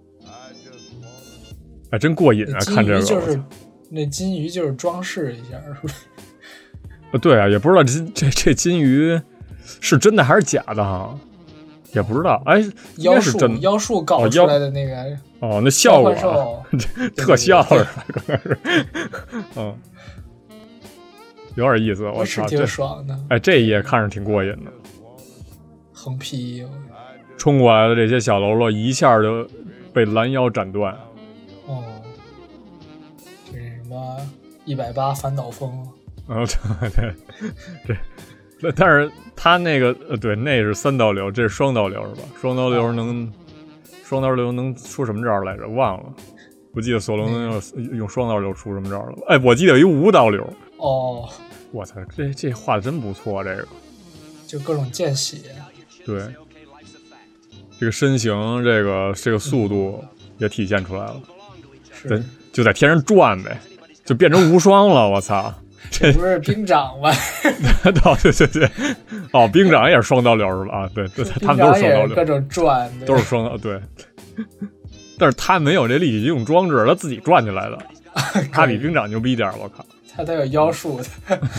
哎，真过瘾啊！看这个， 就是那金鱼就是装饰一下，是吧？ 呃，对啊，也不知道这这这金鱼是真的还是假的哈。也不知道，哎， 妖术妖术搞出来的那个哦, 哦，那效果、啊、特效是吧？可能是，嗯，有点意思，我操， 挺爽的。 哎，这一页看着挺过瘾的。 横劈， 冲过来的这些小喽啰一下就被拦腰斩断。 哦，这是什么一百八反倒风？ 哦，对对对。但是他那个呃，对，那是三刀流，这是双刀流是吧？双刀流能，啊、双刀流能出什么招来着？忘了，不记得索隆能用用双刀流出什么招了。哎，我记得有一无刀流。 哦， 我操，这这画的真不错，这个就各种见血。 对，这个身形，这个这个速度也体现出来了。 是， 就在天上转呗，就变成无双了。我操！ 这不是兵长吗？ 对对对，哦，兵长也是双刀流是吧？啊，对对，他们都是双刀流， 各种转， 都是双刀，对。但是他没有这立体机动装置，他自己转起来的，他比兵长牛逼点，我靠！ 他都有妖术的。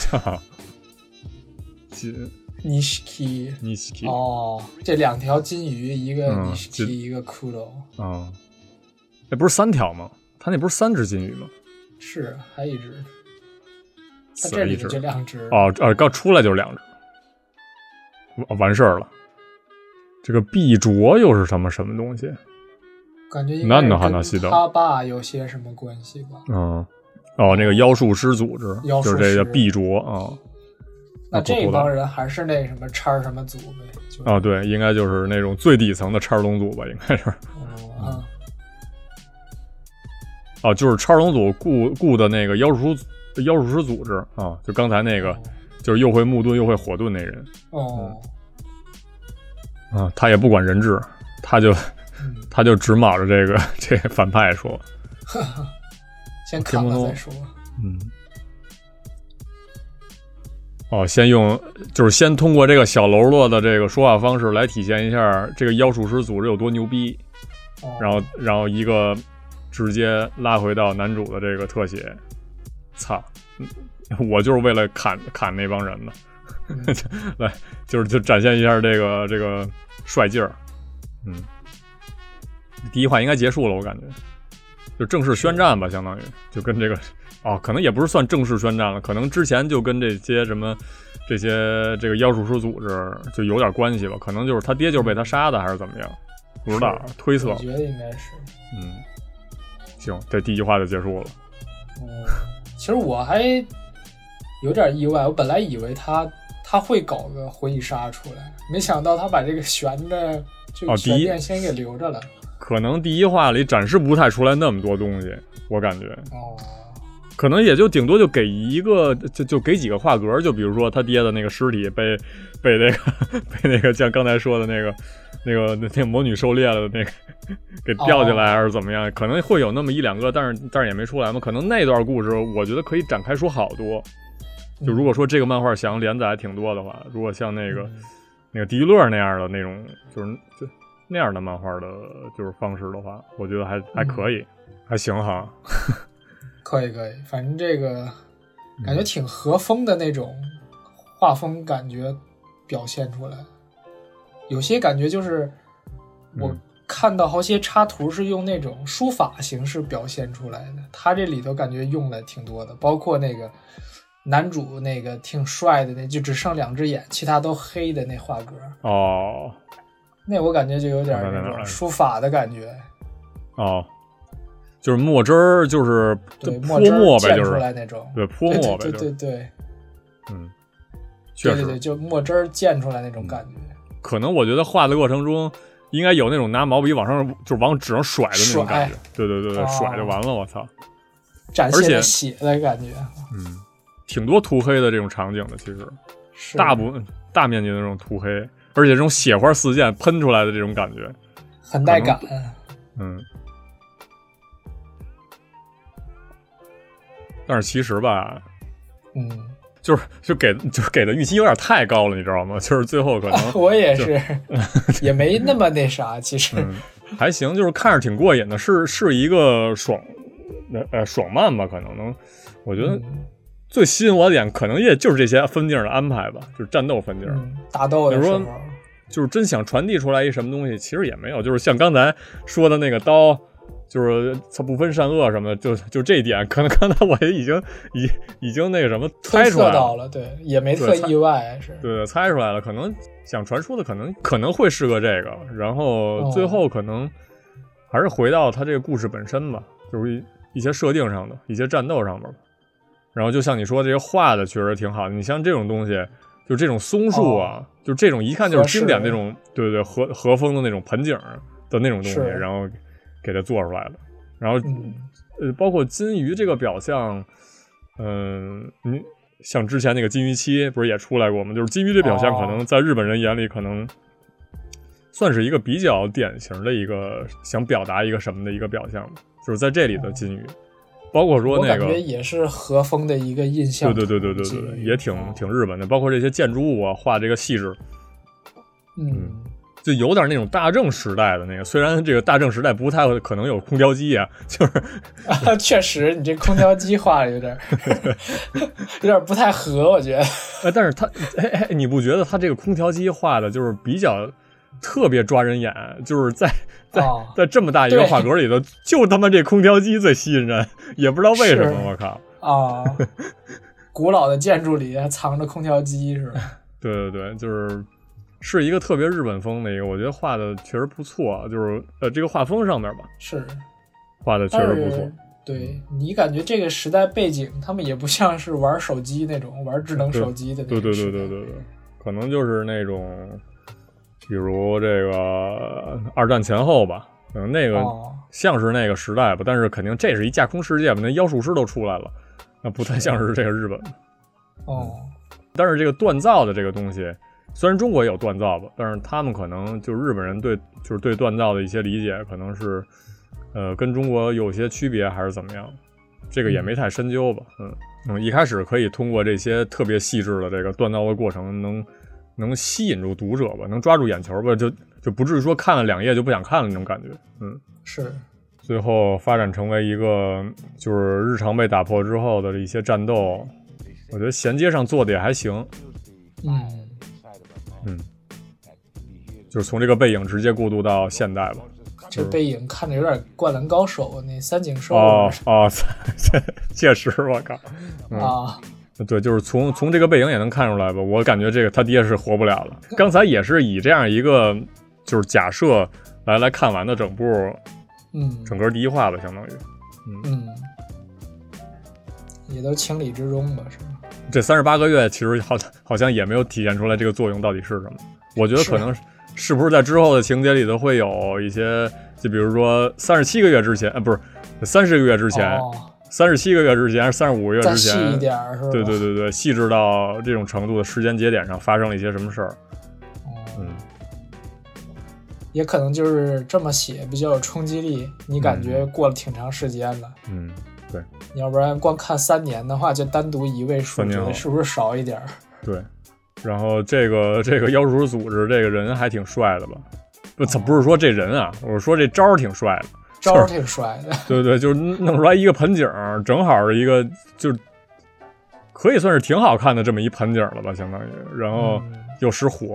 尼西基， 尼西基， 哦，这两条金鱼，一个尼西基，一个骷髅。 嗯，那不是三条吗？他那不是三只金鱼吗？ 是，还一只。他这里就两只。 哦，呃，刚出来就是两只，完事儿了。这个碧卓又是什么什么东西？ 感觉应该跟他爸有些什么关系吧？ 嗯，哦，那个妖术师组织，就是这个碧卓啊。 那这帮人还是那什么叉什么组呗？就是、 哦，对，应该就是那种最底层的叉龙组吧，应该是。 哦、嗯， 哦，就是叉龙组雇雇的那个妖术妖术师组织啊，就刚才那个，哦、就是又会木盾又会火盾那人。 哦。 嗯、啊，他也不管人质，他就、嗯、他就只卯着这个这个反派说。 先砍了再说。 嗯。哦，先用就是先通过这个小喽啰的这个说话方式来体现一下这个妖术师组织有多牛逼， 哦、 然后然后一个直接拉回到男主的这个特写，操，我就是为了砍砍那帮人的， 嗯、 来就是就展现一下这个这个帅劲儿，嗯，第一话应该结束了，我感觉就正式宣战吧，相当于就跟这个。哦，可能也不是算正式宣战了，可能之前就跟这些什么这些这个妖术师组织就有点关系吧，可能就是他爹就是被他杀的，还是怎么样，不知道，推测。 我觉得应该是。 嗯，行，这第一话就结束了。 嗯，其实我还有点意外，我本来以为他他会搞个回忆杀出来，没想到他把这个悬着就悬念先给留着了。哦、 可能第一话里展示不太出来那么多东西，我感觉。 哦。 可能也就顶多就给一个，就就给几个画格，就比如说他爹的那个尸体被被那个被那个像刚才说的那个那个那个魔女狩猎了的那个给吊起来，还是怎么样？哦、可能会有那么一两个，但是但是也没出来嘛。可能那段故事，我觉得可以展开说好多。就如果说这个漫画想连载挺多的话，如果像那个、嗯、那个迪乐那样的那种，就是就那样的漫画的，就是方式的话，我觉得还还可以，嗯、还行哈。 可以可以，反正这个感觉挺和风的那种画风，感觉表现出来。有些感觉就是我看到好些插图是用那种书法形式表现出来的，他这里头感觉用了挺多的，包括那个男主那个挺帅的，那就只剩两只眼，其他都黑的那画格。 哦， 那我感觉就有点那种书法的感觉。 哦。就是墨汁儿，就是泼墨呗，就是出来那种， 对，泼墨呗， 对对对对， 嗯，确实， 对对对，就墨汁儿溅出来那种感觉。 嗯、可能我觉得画的过程中，应该有那种拿毛笔往上，就是往纸上甩的那种感觉。对对对对， 哦、 甩就完了，我操！ 展现血的感觉。 嗯，挺多涂黑的这种场景的，其实大部分大面积的那种涂黑，而且这种血花四溅喷出来的这种感觉， 很带感。 嗯。但是其实吧， 嗯， 就是就给就是给的预期有点太高了，你知道吗？就是最后可能、啊、 我也是，也没那么那啥，其实、 嗯、还行，就是看着挺过瘾的，是是一个爽呃爽漫吧，可能能，我觉得最吸引我的点可能也就是这些分镜的安排吧，就是战斗分镜、 嗯、打斗的时候， 就是真想传递出来一什么东西，其实也没有，就是像刚才说的那个刀。就是它不分善恶什么的，就就这一点，可能刚才我也已经已已经那个什么猜出来了， 到了，对，也没特意外，是， 对，猜出来了，可能想传输的可能可能会是个这个，然后最后可能还是回到它这个故事本身吧，就是一些设定上的一些战斗上面吧。然后就像你说这些画的确实挺好的，你像这种东西，就这种松树啊，哦、就这种一看就是经典那种，对对和和风的那种盆景的那种东西，然后。给它做出来了，然后、 嗯、 呃，包括金鱼这个表象，嗯、呃，你像之前那个金鱼期不是也出来过吗？就是金鱼这表象，可能在日本人眼里，可能算是一个比较典型的一个想表达一个什么的一个表象，就是在这里的金鱼， 包括说那个， 我感觉也是和风的一个印象。 对对对对对对，也挺挺日本的。包括这些建筑物啊，画这个细致， 嗯， 就有点那种大正时代的那个。虽然这个大正时代不太可能有空调机啊，就是啊，确实，你这空调机画的有点有点不太合，我觉得。 哎，但是他，哎哎，你不觉得他这个空调机画的就是比较特别抓人眼？就是在。在、哦、在这么大一个画格里头，就他妈这空调机最吸引人，也不知道为什么。我靠啊！古老的建筑里还藏着空调机是吧？ 对对对，就是是一个特别日本风的一个，我觉得画的确实不错。就是呃，这个画风上面吧， 是画的确实不错。 对，你感觉这个时代背景，他们也不像是玩手机那种玩智能手机的那种。 对对对对对对，可能就是那种。比如这个二战前后吧，可能那个像是那个时代吧，但是肯定这是一架空世界吧，那妖术师都出来了，那不太像是这个日本。 哦， 但是这个锻造的这个东西，虽然中国也有锻造吧，但是他们可能就是日本人对就是对锻造的一些理解，可能是呃跟中国有些区别还是怎么样，这个也没太深究吧。嗯嗯，一开始可以通过这些特别细致的这个锻造的过程能。能吸引住读者吧，能抓住眼球吧，就就不至于说看了两页就不想看了那种感觉。嗯， 是。 最后发展成为一个就是日常被打破之后的一些战斗，我觉得衔接上做的也还行。 嗯嗯，就是从这个背影直接过渡到现代吧。 这背影看着有点灌篮高手那三井寿。 哦哦，确实，我靠、 嗯、啊。 对，就是从从这个背影也能看出来吧，我感觉这个他爹是活不了了。刚才也是以这样一个就是假设来来看完的整部， 嗯， 整个第一话吧，相当于， 嗯，嗯也都情理之中吧，是吗？ 这三十八个月其实好好像也没有体现出来这个作用到底是什么。我觉得可能 是, 是不是在之后的情节里头会有一些，就比如说三十七个月之前，呃，不是三十个月之前。 哦三十七个月之前，还是三十五个月之前， 再细一点是吧？ 对对对对，细致到这种程度的时间节点上发生了一些什么事儿？ 哦、 嗯， 也可能就是这么写比较有冲击力，你感觉过了挺长时间了。 嗯，对。 要不然光看三年的话，就单独一位数，觉得是不是少一点？ 对。然后这个这个妖术组织这个人还挺帅的吧？不，他不是说这人啊，我是说这招儿挺帅的。 招儿挺帅的， 对对，就是弄出来一个盆景，正好是一个，就可以算是挺好看的这么一盆景了吧，相当于。然后又使火，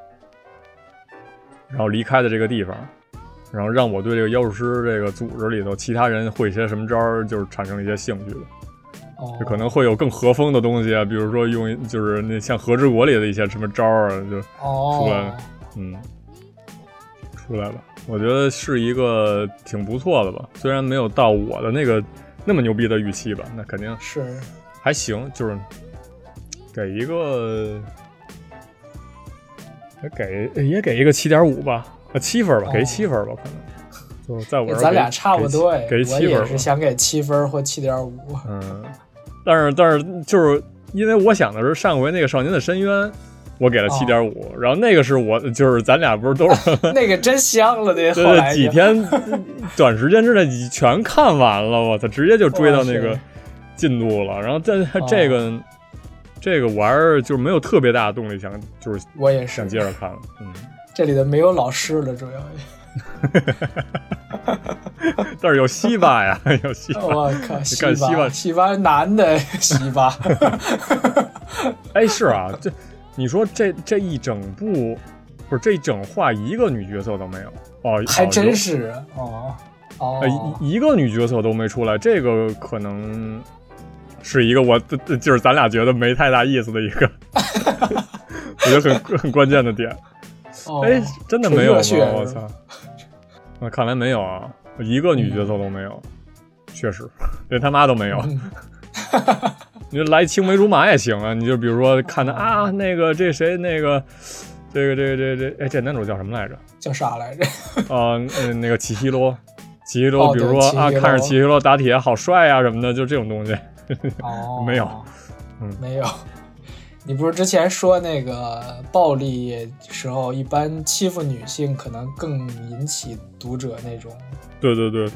然后离开的这个地方，然后让我对这个妖术师这个组织里头其他人会些什么招儿，就是产生了一些兴趣的。 哦， 就可能会有更和风的东西啊，比如说用就是那像和之国里的一些什么招儿啊，就出来了， 哦、 嗯，出来了。我觉得是一个挺不错的吧，虽然没有到我的那个那么牛逼的预期吧，那肯定是还行，就是给一个也给也给一个七点五吧，呃七分吧，给七分吧，可能就在我这儿咱俩差不多哎， 给七分， 我也是想给七分或七点五。 嗯，但是但是就是因为我想的是上回那个少年的深渊。我给了七点五，然后那个是我就是咱俩不是都是那个真香了，那后来几天短时间之内全看完了，我操，直接就追到那个进度了。然后在这个、哦、这个我还是就是没有特别大的动力想就是我也是想接着看了，嗯， 这里的没有老师了，主要但是有西巴呀，有西巴， 我靠，西巴西巴西巴男的西巴， 哎，是啊，这。你说这这一整部，不是这一整话一个女角色都没有哦， 还真是哦哦、 呃，一一个女角色都没出来，这个可能是一个我就是咱俩觉得没太大意思的一个，我觉得很很关键的点。 哦、 哎，真的没有吗？我操！那看来没有啊，一个女角色都没有，嗯、确实连他妈都没有。 嗯你就来青梅竹马也行啊，你就比如说看他啊，那个这谁那个，这个这个这这哎这男主叫什么来着？ 叫啥来着？ 啊、呃，那个奇希罗，奇希罗，比如说、哦、啊，看着奇希罗打铁好帅啊什么的，就这种东西。 哦， 没有，嗯， 没有。你不是之前说那个暴力时候，一般欺负女性可能更引起读者那种？ 对对对对。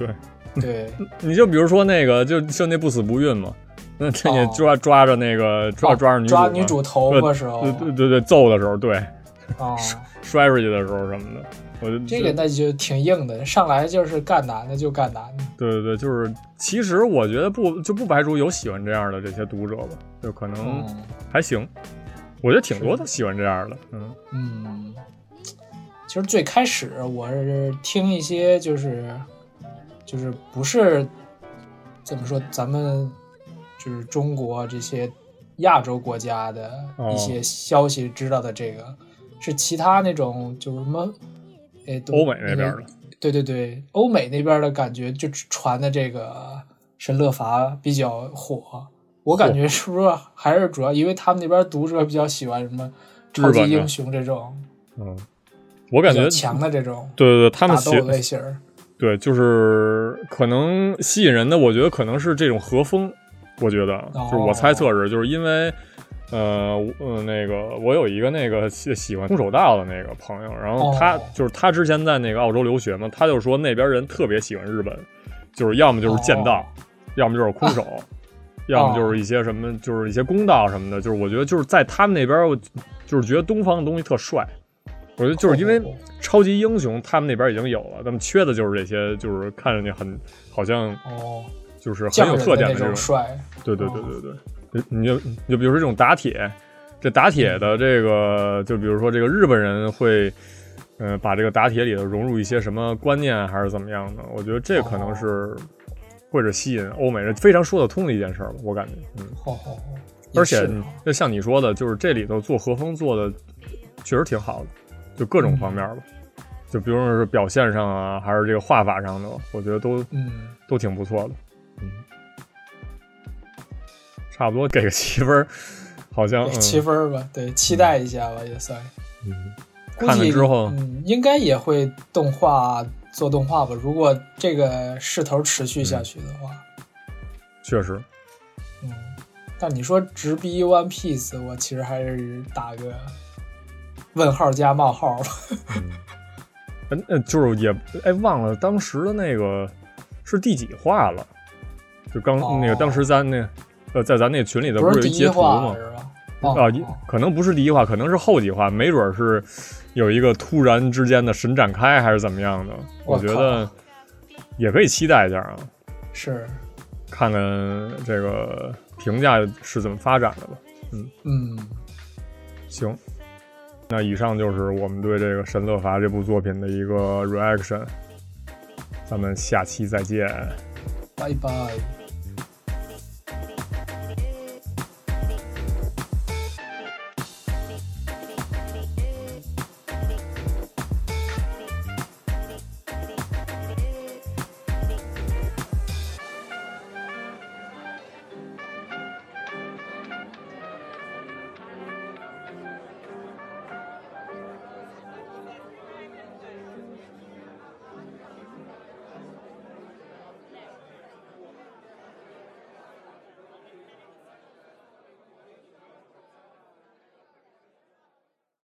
对， 你就比如说那个，就就那不死不孕嘛，那这你抓、哦、抓着那个抓抓着女主、 哦、抓女主头发时候， 对对对对，揍的时候，对， 哦， 摔出去的时候什么的，我就这个那就挺硬的，上来就是干男的就干男的。 对对对，就是其实我觉得不就不排除有喜欢这样的这些读者吧，就可能还行。嗯，我觉得挺多都喜欢这样的，嗯嗯。其实最开始我是听一些就是就是不是怎么说咱们就是中国这些亚洲国家的一些消息知道的，这个、哦、是其他那种就是什么哎欧美那边的， 对对对，欧美那边的感觉就传的这个神乐伐比较火。我感觉是不是还是主要因为他们那边读者比较喜欢什么超级英雄这种， 嗯，我感觉强的这种， 对对对，他们打斗类型， 对，就是可能吸引人的，我觉得可能是这种和风，我觉得、哦、就是我猜测是，就是因为呃呃那个我有一个那个喜欢空手道的那个朋友，然后他、哦、就是他之前在那个澳洲留学嘛，他就说那边人特别喜欢日本，就是要么就是剑道，哦、要么就是空手。啊要么就是一些什么、哦，就是一些公道什么的，就是我觉得就是在他们那边，我就是觉得东方的东西特帅。我觉得就是因为超级英雄他们那边已经有了，他们缺的就是这些，就是看着你很好像哦，就是很有特点的这种帅。 对对对对对，你就你就比如说这种打铁，这打铁的这个，就比如说这个日本人会，嗯、呃，把这个打铁里头融入一些什么观念还是怎么样的？我觉得这可能是。哦或者吸引欧美人非常说得通的一件事儿吧，我感觉，嗯， 好好好， 而且就像你说的，就是这里头做和风做的确实挺好的，就各种方面吧，嗯、就比如说是表现上啊，还是这个画法上的，我觉得都嗯都挺不错的，嗯，差不多给个七分，好像七分吧、嗯，对，期待一下吧，嗯、也算， 嗯，看了之后， 嗯，应该也会动画。做动画吧，如果这个势头持续下去的话， 嗯、确实， 嗯，但你说直逼 One Piece， 我其实还是打个问号加冒号吧。 嗯，呃，就是也哎忘了当时的那个是第几话了，就刚、哦、那个当时咱那呃在咱那群里头不是有一截图吗？ 哦、 啊，可能不是第一话，可能是后几话，没准是有一个突然之间的神展开，还是怎么样的？我觉得也可以期待一下啊。 是， 看看这个评价是怎么发展的吧。嗯嗯， 行，那以上就是我们对这个《神乐伐》这部作品的一个 reaction， 咱们下期再见， 拜拜。